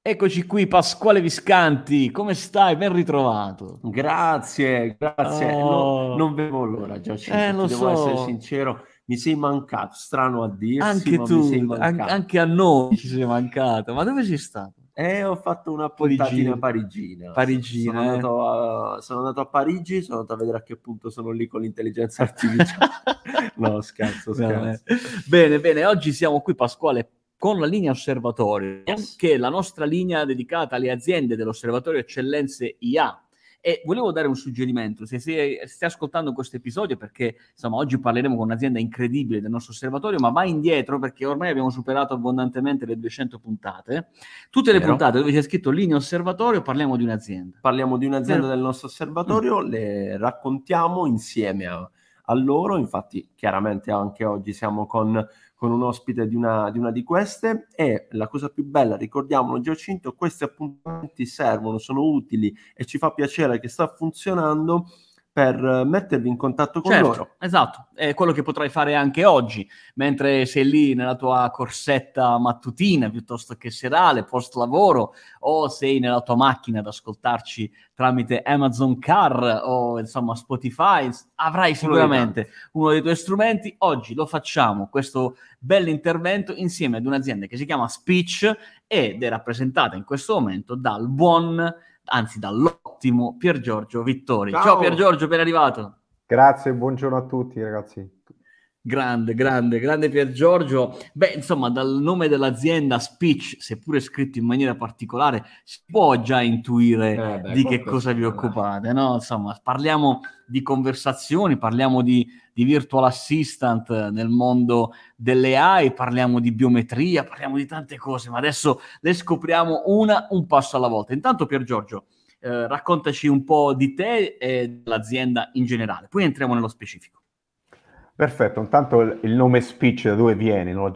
Eccoci qui, Pasquale Viscanti, come stai? Ben ritrovato. Grazie, grazie. Oh, Non vedevo l'ora, Giacinto, lo ti devo essere so, sincero, mi sei mancato, strano a dirsi, anche ma mi sei tu, mancato. anche a noi ci sei mancato. Ma dove sei stato? Un E ho fatto una po' di puntatina giri, parigina. Parigina, eh? Sono andato a Parigi, sono andato a vedere a che punto sono lì con l'intelligenza artificiale. No, scherzo, No, scherzo. Bene, bene, oggi siamo qui, Pasquale, con la linea Osservatorio, Yes. che è la nostra linea dedicata alle aziende dell'Osservatorio Eccellenze IA. E volevo dare un suggerimento, se stai ascoltando questo episodio, perché insomma oggi parleremo con un'azienda incredibile del nostro osservatorio, ma vai indietro perché ormai abbiamo superato abbondantemente le 200 puntate. Tutte le Vero? puntate dove c'è scritto linea Osservatorio parliamo di un'azienda. Parliamo di un'azienda Vero? del nostro Mm. osservatorio, le raccontiamo insieme a loro, infatti chiaramente anche oggi siamo con un ospite di una di queste e la cosa più bella, ricordiamolo Giacinto, questi appuntamenti servono, sono utili e ci fa piacere che sta funzionando per mettervi in contatto con Certo, loro. esatto, è quello che potrai fare anche oggi, mentre sei lì nella tua corsetta mattutina piuttosto che serale, post lavoro, o sei nella tua macchina ad ascoltarci tramite Amazon Car o insomma Spotify, avrai Uno dei tanti. sicuramente uno dei tuoi strumenti. Oggi lo facciamo, questo bell'intervento insieme ad un'azienda che si chiama Speech ed è rappresentata in questo momento dal buon, anzi dall'ottimo Pier Giorgio Vittori. Ciao Pier Ciao! Giorgio, ben arrivato. Grazie, buongiorno a tutti ragazzi. Grande, grande, grande Pier Giorgio. Beh, insomma, dal nome dell'azienda Speech, seppure scritto in maniera particolare, si può già intuire Beh, di che cosa vi qualcosina, dai. occupate, no? Insomma, parliamo di conversazioni, parliamo di virtual assistant nel mondo delle AI, parliamo di biometria, parliamo di tante cose, ma adesso le scopriamo un passo alla volta. Intanto, Pier Giorgio, raccontaci un po' di te e dell'azienda in generale, poi entriamo nello specifico. Perfetto, intanto il nome Speech da dove viene? No?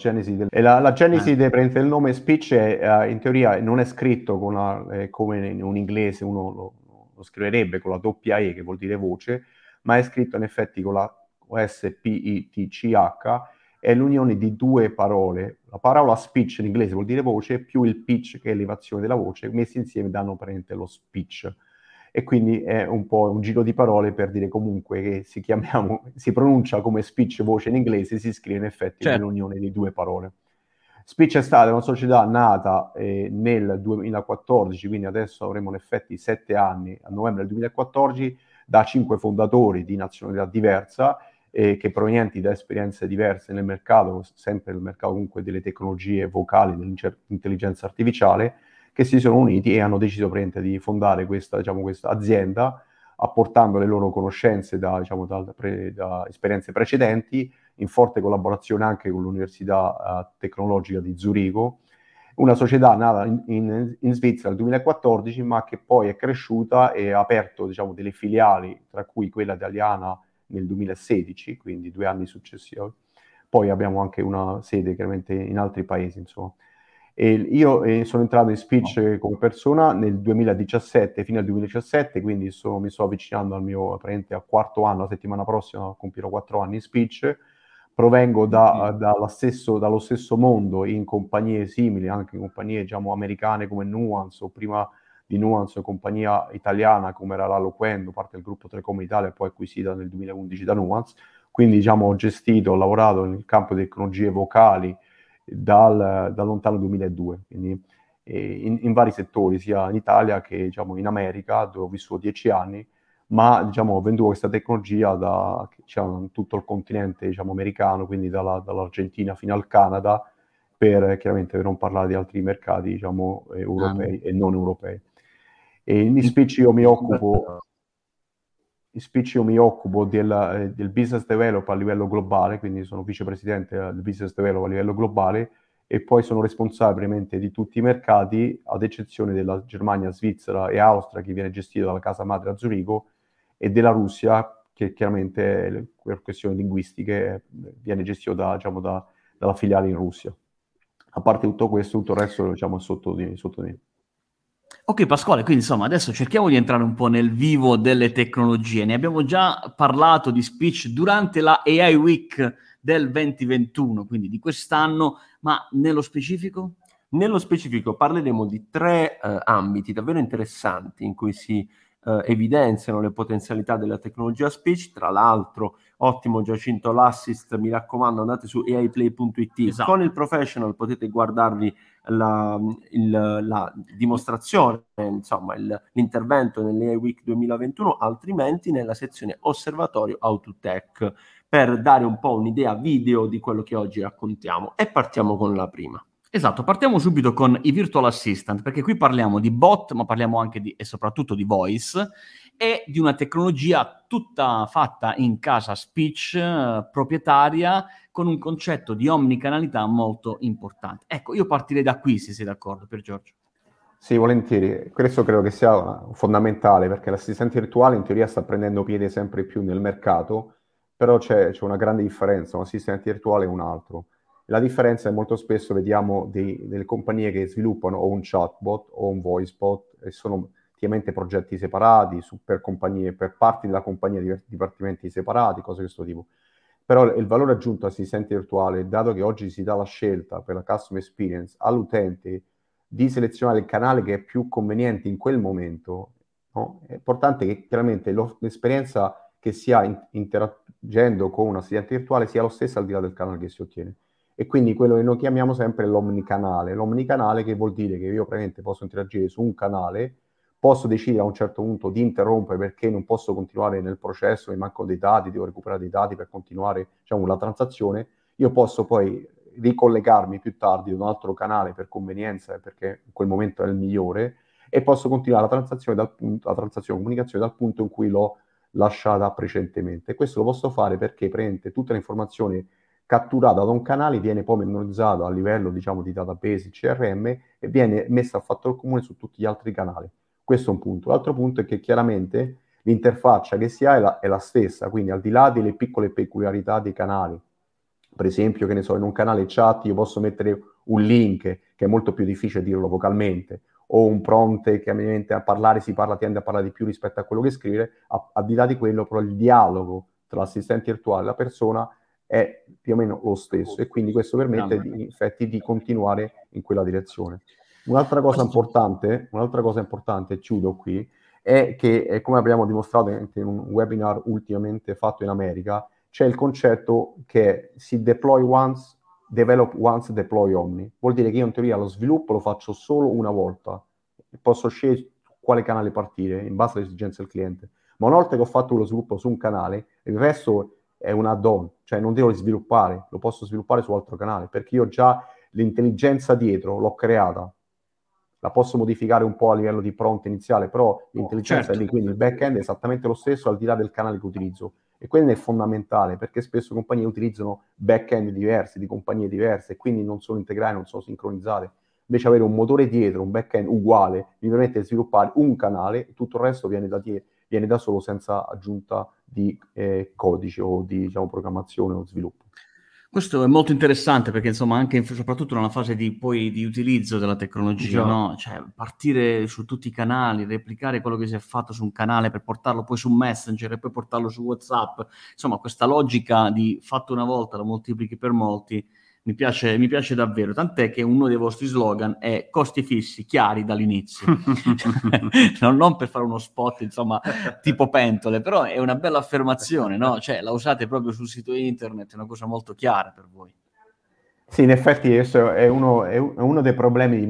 La genesi del nome Speech è, in teoria non è scritto come in un inglese uno lo scriverebbe con la doppia E che vuol dire voce, ma è scritto in effetti con la S-P-I-T-C-H, è l'unione di due parole. La parola speech in inglese vuol dire voce, più il pitch che è l'elevazione della voce, messi insieme danno praticamente lo speech. E quindi è un po' un giro di parole per dire comunque che si pronuncia come speech voce in inglese, si scrive in effetti Certo. nell'unione di due parole. Speech è stata una società nata nel 2014, quindi adesso avremo in effetti 7 anni, a novembre del 2014, da 5 fondatori di nazionalità diversa, che provenienti da esperienze diverse nel mercato, sempre nel mercato comunque delle tecnologie vocali, dell'intelligenza artificiale, che si sono uniti e hanno deciso di fondare questa azienda, apportando le loro conoscenze da esperienze precedenti, in forte collaborazione anche con l'Università Tecnologica di Zurigo, una società nata in Svizzera nel 2014, ma che poi è cresciuta e ha aperto delle filiali, tra cui quella italiana nel 2016, quindi 2 anni successivi. Poi abbiamo anche una sede chiaramente in altri paesi, insomma. E io sono entrato in speech come persona nel 2017, fino al 2017, quindi mi sto avvicinando al mio, praticamente al quarto anno, la settimana prossima compirò 4 anni in speech. Provengo dallo stesso mondo in compagnie simili, anche in compagnie diciamo americane come Nuance, o prima di Nuance, compagnia italiana come era la Loquendo, parte del gruppo Telecom Italia, poi acquisita nel 2011 da Nuance. Quindi diciamo ho lavorato nel campo di tecnologie vocali, dal lontano 2002, quindi in vari settori, sia in Italia che diciamo, in America, dove ho vissuto 10 anni, ma diciamo, ho venduto questa tecnologia diciamo, in tutto il continente diciamo, americano, quindi dall'Argentina fino al Canada, chiaramente per non parlare di altri mercati diciamo, europei e non europei. E in speech io mi occupo del business develop a livello globale, quindi sono vicepresidente del business develop a livello globale e poi sono responsabile ovviamente di tutti i mercati, ad eccezione della Germania, Svizzera e Austria, che viene gestito dalla casa madre a Zurigo, e della Russia, che chiaramente per questioni linguistiche viene gestito dalla filiale in Russia. A parte tutto questo, tutto il resto diciamo, è sotto di me. Ok Pasquale, quindi insomma adesso cerchiamo di entrare un po' nel vivo delle tecnologie. Ne abbiamo già parlato di speech durante la AI Week del 2021, quindi di quest'anno, ma nello specifico? Nello specifico parleremo di tre ambiti davvero interessanti in cui si evidenziano le potenzialità della tecnologia speech. Tra l'altro, ottimo Giacinto l'assist, mi raccomando, andate su aiplay.it. Esatto. Con il professional potete guardarvi la dimostrazione, insomma l'intervento nell'AI Week 2021, altrimenti nella sezione osservatorio How2Tech, per dare un po' un'idea video di quello che oggi raccontiamo. E partiamo con la prima. Esatto, partiamo subito con i virtual assistant, perché qui parliamo di bot, ma parliamo anche e soprattutto di voice, e di una tecnologia tutta fatta in casa speech, proprietaria, con un concetto di omnicanalità molto importante. Ecco, io partirei da qui, se sei d'accordo, per Giorgio. Sì, volentieri. Questo credo che sia fondamentale, perché l'assistente virtuale in teoria sta prendendo piede sempre più nel mercato, però c'è una grande differenza, un assistente virtuale e un altro. La differenza è molto spesso vediamo delle compagnie che sviluppano o un chatbot o un voice bot, e sono ovviamente progetti separati per compagnie, per parti della compagnia, dipartimenti separati, cose di questo tipo. Però il valore aggiunto assistente virtuale, dato che oggi si dà la scelta per la customer experience all'utente di selezionare il canale che è più conveniente in quel momento, no? È importante che chiaramente l'esperienza che si ha interagendo con un assistente virtuale sia lo stesso al di là del canale che si ottiene. E quindi quello che noi chiamiamo sempre l'omnicanale. L'omnicanale, che vuol dire che io praticamente posso interagire su un canale, posso decidere a un certo punto di interrompere perché non posso continuare nel processo, mi mancano dei dati, devo recuperare dei dati per continuare, diciamo, la transazione. Io posso poi ricollegarmi più tardi da un altro canale per convenienza, perché in quel momento è il migliore, e posso continuare la transazione, comunicazione dal punto in cui l'ho lasciata precedentemente. E questo lo posso fare perché praticamente tutta l'informazione catturata da un canale viene poi memorizzata a livello, diciamo, di database CRM e viene messa a fattor comune su tutti gli altri canali. Questo è un punto. L'altro punto è che chiaramente l'interfaccia che si ha è la stessa, quindi al di là delle piccole peculiarità dei canali, per esempio, che ne so, in un canale chat io posso mettere un link, che è molto più difficile dirlo vocalmente, o un prompt che ovviamente tende a parlare di più rispetto a quello che scrive, al di là di quello però il dialogo tra l'assistente virtuale e la persona è più o meno lo stesso, e quindi questo permette in effetti di continuare in quella direzione. Un'altra cosa importante, e chiudo qui, è che, come abbiamo dimostrato in un webinar ultimamente fatto in America, c'è il concetto che si deploy once, develop once, deploy omni. Vuol dire che io in teoria lo sviluppo lo faccio solo una volta, posso scegliere quale canale partire in base alle esigenze del cliente, ma una volta che ho fatto lo sviluppo su un canale, il resto è un add-on, cioè non devo sviluppare, lo posso sviluppare su altro canale, perché io già l'intelligenza dietro l'ho creata. La posso modificare un po' a livello di prompt iniziale, però l'intelligenza è lì, quindi il back-end è esattamente lo stesso al di là del canale che utilizzo. E quello è fondamentale, perché spesso compagnie utilizzano back-end diversi, di compagnie diverse, e quindi non sono integrate, non sono sincronizzate. Invece avere un motore dietro, un back-end uguale, mi permette di sviluppare un canale, e tutto il resto viene da solo, senza aggiunta di codice o di, diciamo, programmazione o sviluppo. Questo è molto interessante perché, insomma, anche soprattutto nella fase di utilizzo della tecnologia, no? Cioè, partire su tutti i canali, replicare quello che si è fatto su un canale per portarlo poi su Messenger e poi portarlo su WhatsApp. Insomma, questa logica di fatto una volta, lo moltiplichi per molti, mi piace davvero. Tant'è che uno dei vostri slogan è costi fissi, chiari dall'inizio. non per fare uno spot, insomma, tipo pentole, però è una bella affermazione, no? Cioè, la usate proprio sul sito internet, è una cosa molto chiara per voi. Sì, in effetti questo è uno dei problemi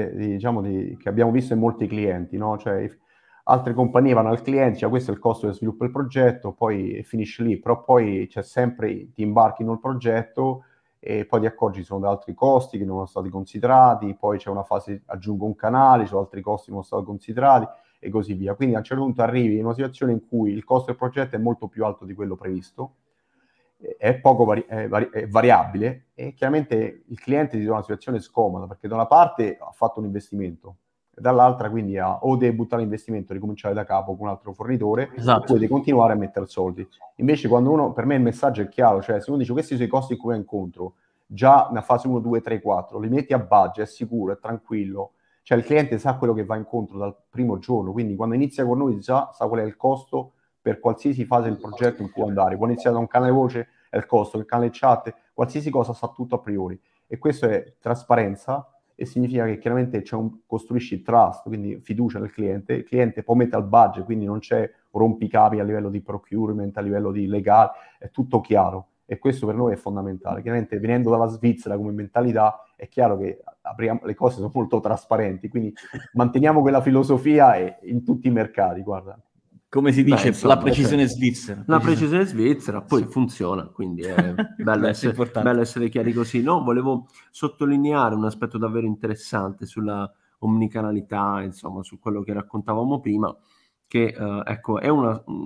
che abbiamo visto in molti clienti, no? Cioè, altre compagnie vanno al cliente, cioè questo è il costo del sviluppo del progetto, poi finisce lì, però poi c'è sempre, ti imbarchi in un progetto e poi ti accorgi ci sono altri costi che non sono stati considerati, poi c'è una fase, aggiungo un canale, ci sono altri costi che non sono stati considerati e così via. Quindi a un certo punto arrivi in una situazione in cui il costo del progetto è molto più alto di quello previsto, è è variabile, e chiaramente il cliente si trova in una situazione scomoda, perché da una parte ha fatto un investimento e dall'altra quindi o deve buttare l'investimento e ricominciare da capo con un altro fornitore, Esatto. oppure deve continuare a mettere soldi. Invece quando per me il messaggio è chiaro, cioè se uno dice questi sono i costi in cui va incontro, già nella fase 1, 2, 3, 4, li metti a budget, è sicuro, è tranquillo, cioè il cliente sa quello che va incontro dal primo giorno, quindi quando inizia con noi già sa qual è il costo per qualsiasi fase del progetto in cui andare. Può iniziare da un canale voce, è il costo, il canale chat, qualsiasi cosa sa tutto a priori. E questo è trasparenza, e significa che chiaramente costruisci trust, quindi fiducia nel cliente, il cliente poi mette al budget, quindi non c'è rompicapi a livello di procurement, a livello di legale, è tutto chiaro e questo per noi è fondamentale. Chiaramente venendo dalla Svizzera come mentalità è chiaro che le cose sono molto trasparenti, quindi manteniamo quella filosofia in tutti i mercati, guarda. Come si dice, insomma, la precisione svizzera. La precisione svizzera, poi funziona, quindi è bello, bello essere chiari così. No, volevo sottolineare un aspetto davvero interessante sulla omnicanalità, insomma, su quello che raccontavamo prima, che ecco, è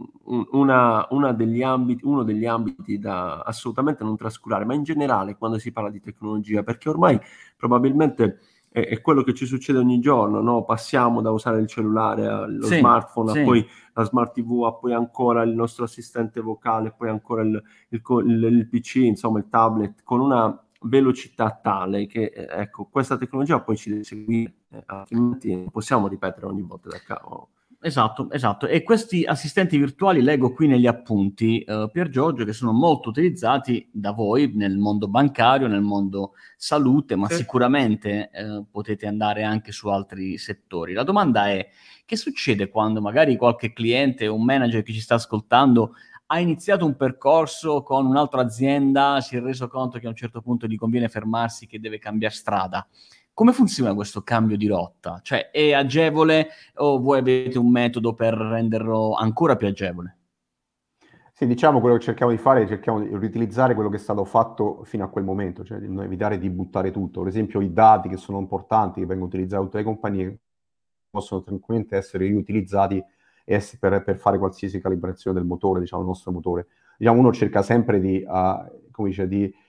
uno degli ambiti da assolutamente non trascurare, ma in generale quando si parla di tecnologia, perché ormai probabilmente è quello che ci succede ogni giorno, no? Passiamo da usare il cellulare allo smartphone, a poi la smart TV, a poi ancora il nostro assistente vocale, poi ancora il PC, insomma il tablet, con una velocità tale che ecco, questa tecnologia poi ci deve seguire, altrimenti non possiamo ripetere ogni volta da capo. Esatto. E questi assistenti virtuali leggo qui negli appunti, Pier Giorgio, che sono molto utilizzati da voi nel mondo bancario, nel mondo salute, ma sicuramente potete andare anche su altri settori. La domanda è: che succede quando magari qualche cliente o un manager che ci sta ascoltando ha iniziato un percorso con un'altra azienda, si è reso conto che a un certo punto gli conviene fermarsi, che deve cambiare strada? Come funziona questo cambio di rotta? Cioè, è agevole o voi avete un metodo per renderlo ancora più agevole? Sì, diciamo quello che cerchiamo di fare, cerchiamo di riutilizzare quello che è stato fatto fino a quel momento, cioè di non evitare di buttare tutto. Per esempio i dati che sono importanti, che vengono utilizzati da tutte le compagnie, possono tranquillamente essere riutilizzati per fare qualsiasi calibrazione del motore, diciamo, il nostro motore. Diciamo, uno cerca sempre come dice,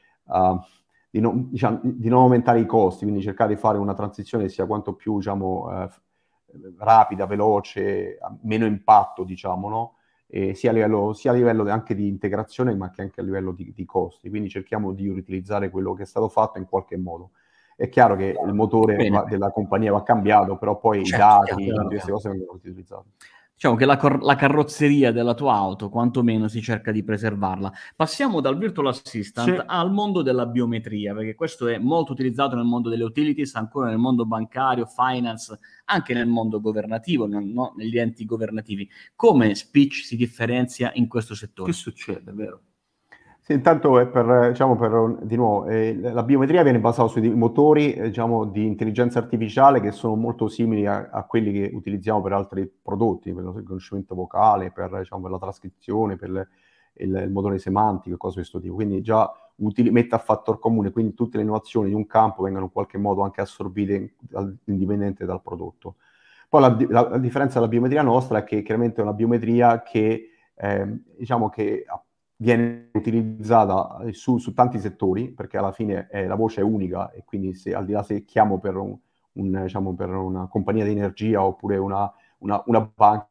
di non aumentare i costi, quindi cercare di fare una transizione che sia quanto più, diciamo, rapida, veloce, meno impatto, diciamo, no? Sia a livello anche di integrazione, ma anche a livello di costi. Quindi cerchiamo di riutilizzare quello che è stato fatto in qualche modo. È chiaro che il motore della compagnia va cambiato, però poi i dati, queste cose vengono utilizzate. Diciamo che la carrozzeria della tua auto, quantomeno, si cerca di preservarla. Passiamo dal virtual assistant al mondo della biometria, perché questo è molto utilizzato nel mondo delle utilities, ancora nel mondo bancario, finance, anche nel mondo governativo, no? Negli enti governativi. Come Speech si differenzia in questo settore? Che succede, vero? Sì, intanto è di nuovo, la biometria viene basata sui motori, diciamo, di intelligenza artificiale che sono molto simili a quelli che utilizziamo per altri prodotti, per il riconoscimento vocale, per la trascrizione, per il motore semantico e cose di questo tipo. Quindi già mette a fattor comune, quindi tutte le innovazioni di un campo vengono in qualche modo anche assorbite indipendente dal prodotto. Poi la differenza della biometria nostra è che chiaramente è una biometria che, diciamo che viene utilizzata su tanti settori, perché alla fine la voce è unica e quindi al di là se chiamo per per una compagnia di energia oppure una banca,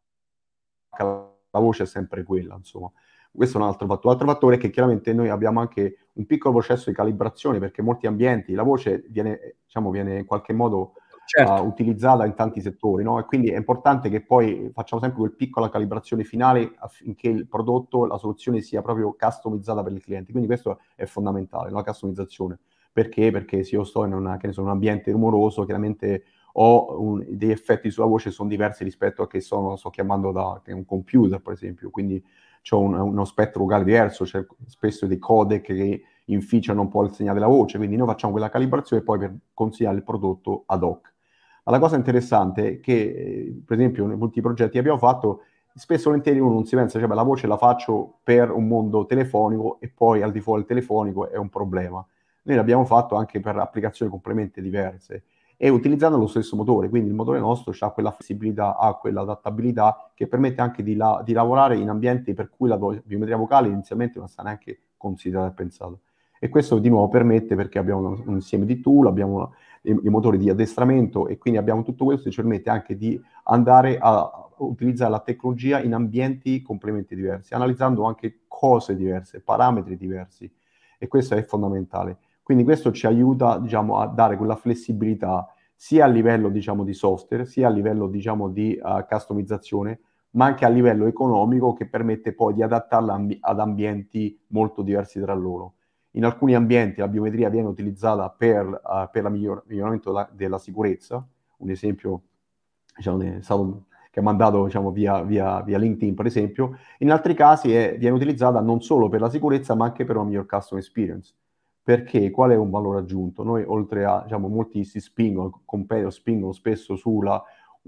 la voce è sempre quella, insomma. Questo è un altro fattore. L'altro fattore è che chiaramente noi abbiamo anche un piccolo processo di calibrazione, perché in molti ambienti la voce viene in qualche modo utilizzata in tanti settori, no? E quindi è importante che poi facciamo sempre quel piccola calibrazione finale affinché il prodotto, la soluzione sia proprio customizzata per il cliente. Quindi questo è fondamentale, la customizzazione. Perché? Perché se io sto in un ambiente rumoroso, chiaramente ho degli effetti sulla voce che sono diversi rispetto a che sto chiamando da un computer, per esempio. Quindi c'ho uno spettro vocale diverso, c'è spesso dei codec che inficiano un po' il segnale della voce, quindi noi facciamo quella calibrazione poi per consigliare il prodotto ad hoc. Ma la cosa interessante è che, per esempio, nei molti progetti che abbiamo fatto, spesso volentieri uno non si pensa, cioè, la voce la faccio per un mondo telefonico e poi al di fuori del telefonico è un problema. Noi l'abbiamo fatto anche per applicazioni completamente diverse e utilizzando lo stesso motore, quindi il motore nostro ha quella flessibilità, ha quell'adattabilità che permette anche di lavorare in ambienti per cui la biometria vocale inizialmente non sta neanche considerata e pensata. E questo di nuovo permette, perché abbiamo un insieme di tool, abbiamo i motori di addestramento e quindi abbiamo tutto questo che ci permette anche di andare a utilizzare la tecnologia in ambienti completamente diversi, analizzando anche cose diverse, parametri diversi e questo è fondamentale. Quindi questo ci aiuta, diciamo, a dare quella flessibilità sia a livello, diciamo, di software, sia a livello, diciamo, di customizzazione, ma anche a livello economico che permette poi di adattarla ad ambienti molto diversi tra loro. In alcuni ambienti la biometria viene utilizzata per miglioramento della sicurezza. Un esempio, diciamo, è stato, che ha mandato, diciamo, via LinkedIn, per esempio. In altri casi viene utilizzata non solo per la sicurezza, ma anche per una miglior customer experience. Perché qual è un valore aggiunto? Noi, oltre a, diciamo, molti si spingono, competitor spingono spesso sulla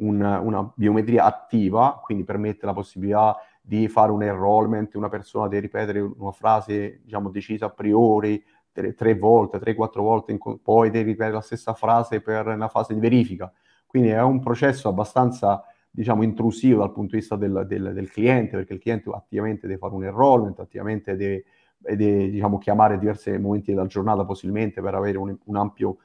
una biometria attiva, quindi permette la possibilità di fare un enrollment, una persona deve ripetere una frase, diciamo, decisa a priori, tre volte, 3-4 volte, poi deve ripetere la stessa frase per una fase di verifica. Quindi è un processo abbastanza, diciamo, intrusivo dal punto di vista del cliente, perché il cliente attivamente deve fare un enrollment, attivamente deve, diciamo, chiamare diversi momenti della giornata possibilmente per avere un ampio,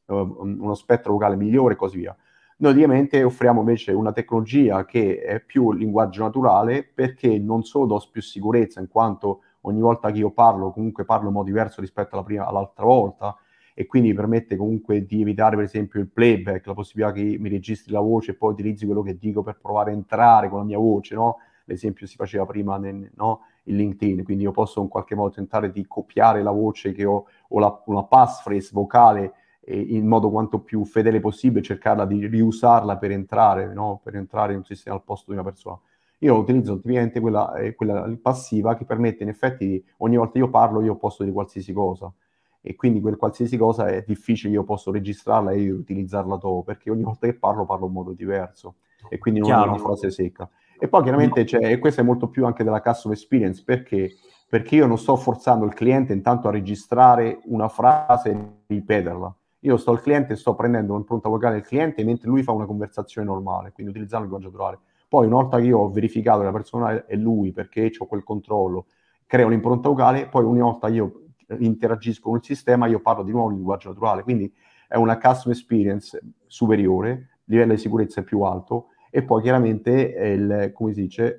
uno spettro vocale migliore e così via. Noi ovviamente offriamo invece una tecnologia che è più linguaggio naturale, perché non solo do più sicurezza, in quanto ogni volta che io parlo, comunque parlo in modo diverso rispetto all'altra volta, e quindi mi permette comunque di evitare per esempio il playback, la possibilità che mi registri la voce e poi utilizzi quello che dico per provare a entrare con la mia voce, no? L'esempio si faceva prima no? In LinkedIn, quindi io posso in qualche modo tentare di copiare la voce che ho, o una passphrase vocale in modo quanto più fedele possibile, cercarla di riusarla per entrare, no? Per entrare in un sistema al posto di una persona. Io utilizzo ovviamente quella passiva, che permette in effetti, ogni volta che io parlo, io posso dire qualsiasi cosa. E quindi quel qualsiasi cosa è difficile, io posso registrarla e utilizzarla dopo, perché ogni volta che parlo in modo diverso. E quindi non è una Chiaro. frase secca. E poi chiaramente c'è, e questo è molto più anche della customer experience, perché io non sto forzando il cliente intanto a registrare una frase e ripeterla. Io sto al cliente e sto prendendo un'impronta vocale del cliente mentre lui fa una conversazione normale, quindi utilizzando il linguaggio naturale. Poi una volta che io ho verificato che la persona è lui, perché ho quel controllo, creo un'impronta vocale, poi ogni volta io interagisco con il sistema, io parlo di nuovo in linguaggio naturale. Quindi è una customer experience superiore, il livello di sicurezza è più alto, e poi chiaramente come si dice,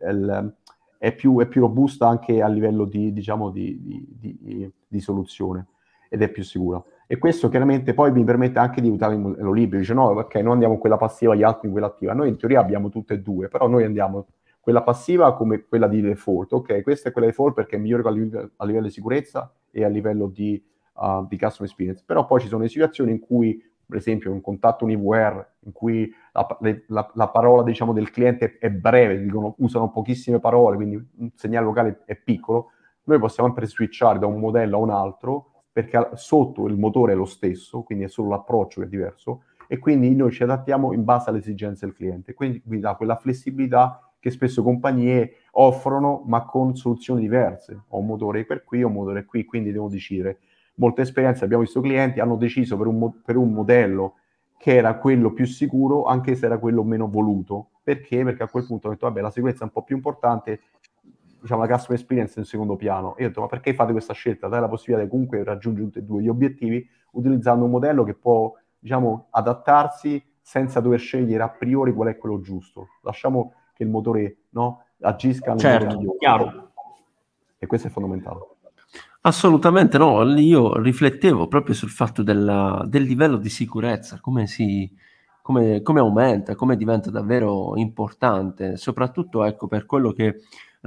è più robusta anche a livello di, diciamo, di soluzione, ed è più sicura. E questo chiaramente poi mi permette anche di aiutare il modello libero. Dice no, ok, noi andiamo in quella passiva, gli altri in quella attiva. Noi in teoria abbiamo tutte e due, però noi andiamo quella passiva come quella di default. Ok, questa è quella default perché è migliore a livello di sicurezza e a livello di customer experience. Però poi ci sono le situazioni in cui, per esempio, un contatto un IVR, in cui la parola, diciamo, del cliente è breve, usano pochissime parole, quindi un segnale vocale è piccolo, noi possiamo sempre switchare da un modello a un altro, perché sotto il motore è lo stesso, quindi è solo l'approccio che è diverso, e quindi noi ci adattiamo in base alle esigenze del cliente. Quindi dà quella flessibilità che spesso compagnie offrono, ma con soluzioni diverse. Ho un motore per qui, ho un motore qui, quindi devo decidere. Molte esperienze abbiamo visto clienti hanno deciso per un modello che era quello più sicuro, anche se era quello meno voluto. Perché? Perché a quel punto ho detto, vabbè, la sicurezza è un po' più importante, diciamo, la customer experience in secondo piano. E io ho detto, ma perché fate questa scelta? Dai la possibilità di comunque raggiungere tutti e due gli obiettivi utilizzando un modello che può, diciamo, adattarsi senza dover scegliere a priori qual è quello giusto. Lasciamo che il motore, no, agisca nel modo migliore. Chiaro. E questo è fondamentale. Assolutamente no, io riflettevo proprio sul fatto del livello di sicurezza, come aumenta, come diventa davvero importante, soprattutto ecco, per quello che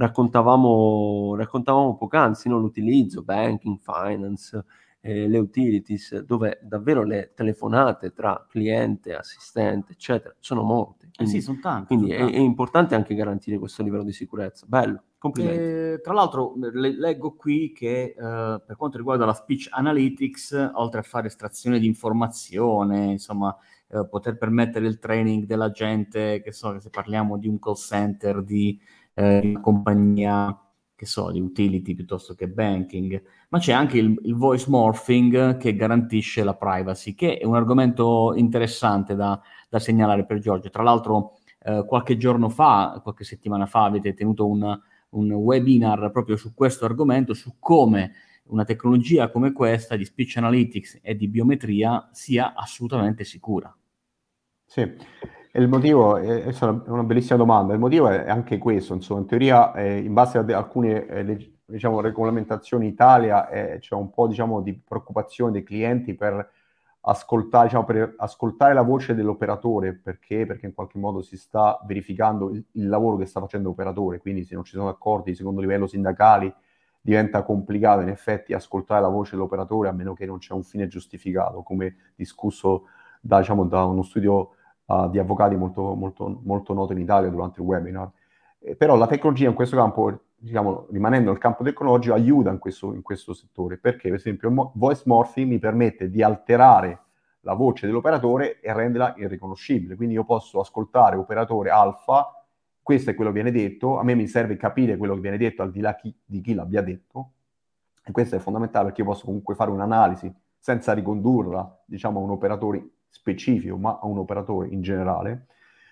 raccontavamo poc'anzi, no? L'utilizzo, banking, finance, le utilities, dove davvero le telefonate tra cliente, assistente, eccetera, sono molte. Sì, sono tante. Quindi è importante anche garantire questo livello di sicurezza. Bello, complimenti. Tra l'altro leggo qui che per quanto riguarda la speech analytics, oltre a fare estrazione di informazione, insomma, poter permettere il training della gente, che so, che se parliamo di un call center, di una compagnia, che so, di utility piuttosto che banking, ma c'è anche il voice morphing che garantisce la privacy, che è un argomento interessante da segnalare per Giorgio. Tra l'altro qualche giorno fa, qualche settimana fa, avete tenuto un webinar proprio su questo argomento, su come una tecnologia come questa di speech analytics e di biometria sia assolutamente sicura. Sì, e il motivo è una bellissima domanda. Il motivo è anche questo, insomma, in teoria, in base a alcune diciamo, regolamentazioni in Italia, c'è un po', diciamo, di preoccupazione dei clienti per ascoltare, diciamo, per ascoltare la voce dell'operatore. Perché in qualche modo si sta verificando il lavoro che sta facendo l'operatore, quindi se non ci sono accordi di secondo livello sindacali, diventa complicato in effetti ascoltare la voce dell'operatore a meno che non c'è un fine giustificato, come discusso da uno studio di avvocati molto, molto, molto noto in Italia durante il webinar. Però la tecnologia in questo campo, diciamo, rimanendo nel campo tecnologico, aiuta in questo settore, perché per esempio voice morphing mi permette di alterare la voce dell'operatore e renderla irriconoscibile. Quindi io posso ascoltare operatore alfa, questo è quello che viene detto, a me mi serve capire quello che viene detto al di là di chi l'abbia detto, e questo è fondamentale perché io posso comunque fare un'analisi senza ricondurla, diciamo, a un operatore specifico, ma a un operatore in generale.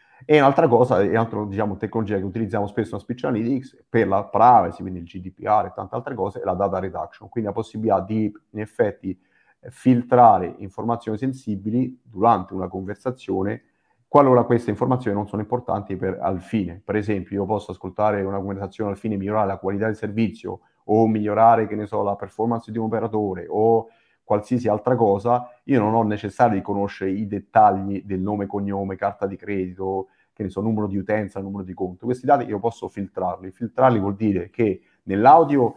E un'altra cosa, e un'altra, diciamo, tecnologia che utilizziamo spesso in Speech Analytics per la privacy, quindi il GDPR e tante altre cose, è la data reduction, quindi la possibilità di, in effetti, filtrare informazioni sensibili durante una conversazione qualora queste informazioni non sono importanti al fine. Per esempio, io posso ascoltare una conversazione al fine di migliorare la qualità del servizio o migliorare, che ne so, la performance di un operatore o qualsiasi altra cosa, io non ho necessario di conoscere i dettagli del nome, cognome, carta di credito, che ne so, numero di utenza, numero di conto. Questi dati io posso filtrarli. Filtrarli vuol dire che nell'audio,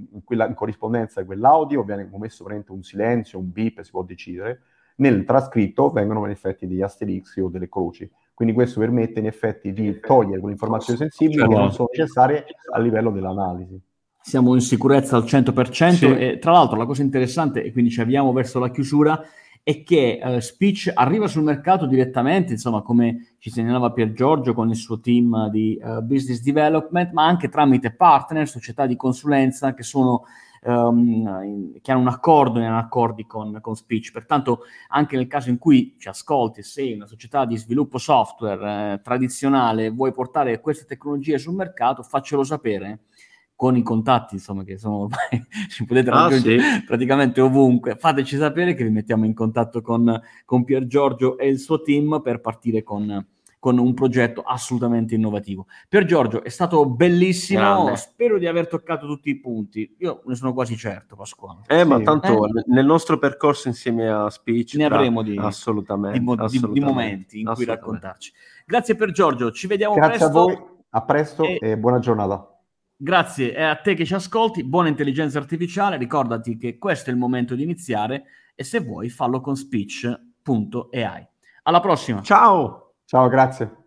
in corrispondenza di quell'audio, viene messo un silenzio, un beep, si può decidere. Nel trascritto vengono in effetti degli asterischi o delle croci. Quindi questo permette in effetti di togliere quelle informazioni sensibili che non sono necessarie a livello dell'analisi. Siamo in sicurezza al 100%, sì. E tra l'altro la cosa interessante, e quindi ci avviamo verso la chiusura, è che Speech arriva sul mercato direttamente, insomma, come ci segnalava Pier Giorgio con il suo team di business development, ma anche tramite partner, società di consulenza che sono che hanno un accordo e hanno accordi con Speech. Pertanto anche nel caso in cui ci ascolti e sei una società di sviluppo software tradizionale, vuoi portare queste tecnologie sul mercato, faccelo sapere con i contatti, insomma, che sono ormai ci potete raggiungere praticamente ovunque. Fateci sapere che vi mettiamo in contatto con Pier Giorgio e il suo team per partire con un progetto assolutamente innovativo. Pier Giorgio, è stato bellissimo. Grande. Spero di aver toccato tutti i punti. Io ne sono quasi certo, Pasquale. Ma tanto nel nostro percorso insieme a Speech ne avremo assolutamente di momenti in cui raccontarci. Grazie Pier Giorgio, ci vediamo presto. Grazie a voi, a presto e buona giornata. Grazie a te che ci ascolti, buona intelligenza artificiale, ricordati che questo è il momento di iniziare e se vuoi fallo con speech.ai. Alla prossima. Ciao! Ciao, grazie.